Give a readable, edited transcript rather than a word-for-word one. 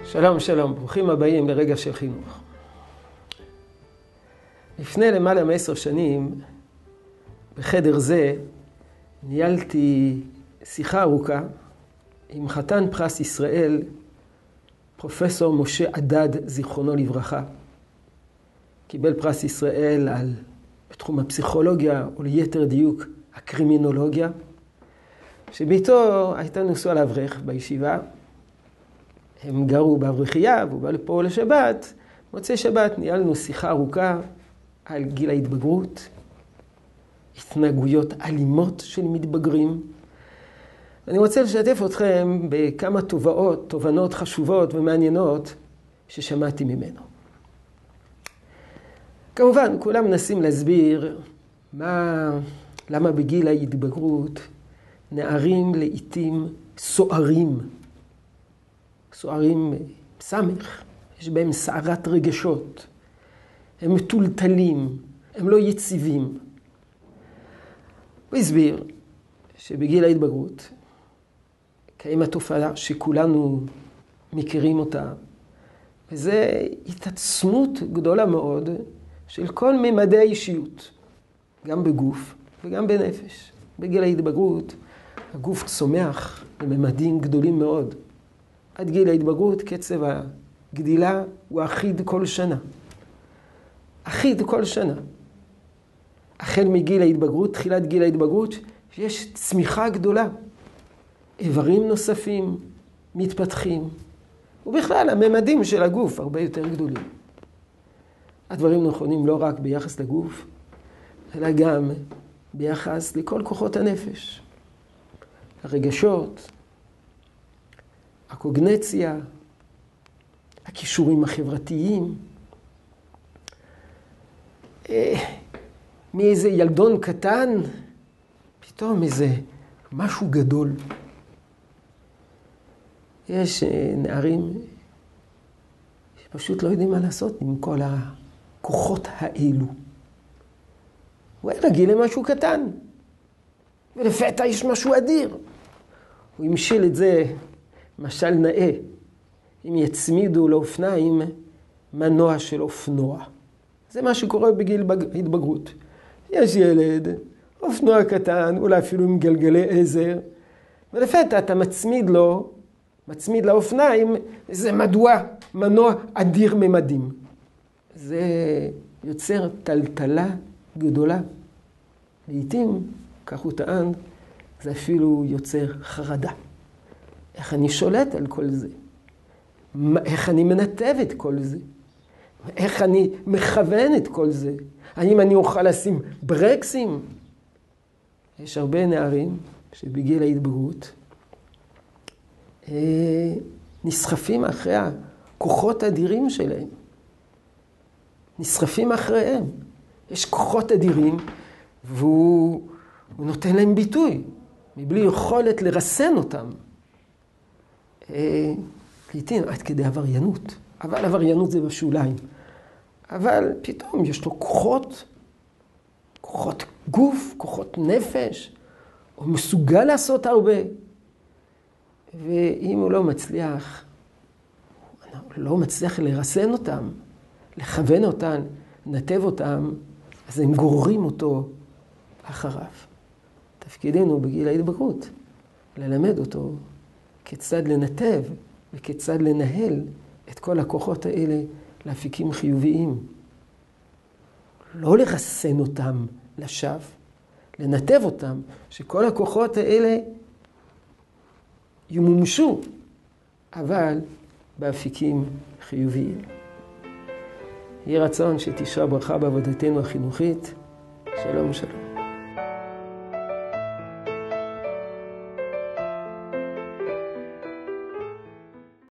שלום, שלום, ברוכים הבאים לרגע של חינוך. לפני למעלה מ10 שנים, בחדר זה, ניהלתי שיחה ארוכה עם חתן פרס ישראל, פרופסור משה עדד, זיכרונו לברכה. קיבל פרס ישראל בתחום הפסיכולוגיה, או ליתר דיוק, הקרימינולוגיה, שביתו הייתה נשואה לאברך בישיבה. הם גרו באברחייה, והוא בא לפה לשבת. מוצאי שבת ניהלנו שיחה ארוכה על גיל ההתבגרות, התנהגויות אלימות של מתבגרים. אני רוצה לשתף אתכם בכמה תובנות חשובות ומעניינות ששמעתי ממנו. כמובן, כולם מנסים להסביר למה בגיל ההתבגרות נערים לעתים סוערים סמך, יש בהם סערת רגשות, הם מטולטלים, הם לא יציבים. הוא הסביר שבגיל ההתבגרות קיימת תופעה שכולנו מכירים אותה, וזה התעצמות גדולה מאוד של כל ממדי האישיות, גם בגוף וגם בנפש. בגיל ההתבגרות הגוף צומח לממדים גדולים מאוד. עד גיל ההתבגרות קצב הגדילה הוא אחיד כל שנה. אחיד כל שנה. החל מגיל ההתבגרות, תחילת גיל ההתבגרות, יש צמיחה גדולה. איברים נוספים מתפתחים. ובכלל, הממדים של הגוף הרבה יותר גדולים. הדברים נכונים לא רק ביחס לגוף, אלא גם ביחס לכל כוחות הנפש. הרגשות, הקוגנציה, הכישורים החברתיים. מאיזה ילדון קטן, פתאום איזה משהו גדול. יש נערים שפשוט לא יודעים מה לעשות עם כל הכוחות האלו. הוא היה רגיל למשהו קטן, ולפתע יש משהו אדיר. הוא המשיל את זה משל נאה, אם יצמידו לאופניים מנוע של אופנוע. זה מה שקורה בגיל ההתבגרות. יש ילד, אופנוע קטן, אולי אפילו עם גלגלי עזר, ולפתע אתה מצמיד לאופניים, זה מנוע אדיר ממדים. זה יוצר טלטלה גדולה. לעתים, כך הוא טען, זה אפילו יוצר חרדה. איך אני שולט על כל זה? איך אני מנתב את כל זה? איך אני מכוון את כל זה? האם אני אוכל לשים ברקסים? יש הרבה נערים שבגיל ההתבגרות נסחפים אחרי הכוחות האדירים שלהם. נסחפים אחריהם. יש כוחות אדירים והוא נותן להם ביטוי, מבלי יכולת לרסן אותם. לעתים עד כדי עבריינות, אבל עבריינות זה בשוליים. אבל פתאום יש לו כוחות גוף, כוחות נפש, הוא מסוגל לעשות הרבה. ואם הוא לא מצליח לרסן אותם, לכוון אותם, לנתב אותם, אז הם גוררים אותו אחריו. תפקידנו בגיל ההתבגרות, ללמד אותו כיצד לנתב וכיצד לנהל את כל הכוחות האלה לאפיקים חיוביים. לא לרסן אותם לשווא, לנתב אותם, שכל הכוחות האלה ימומשו, אבל באפיקים חיוביים. יהי רצון שתשרה ברכה בעבודתנו החינוכית. שלום שלום.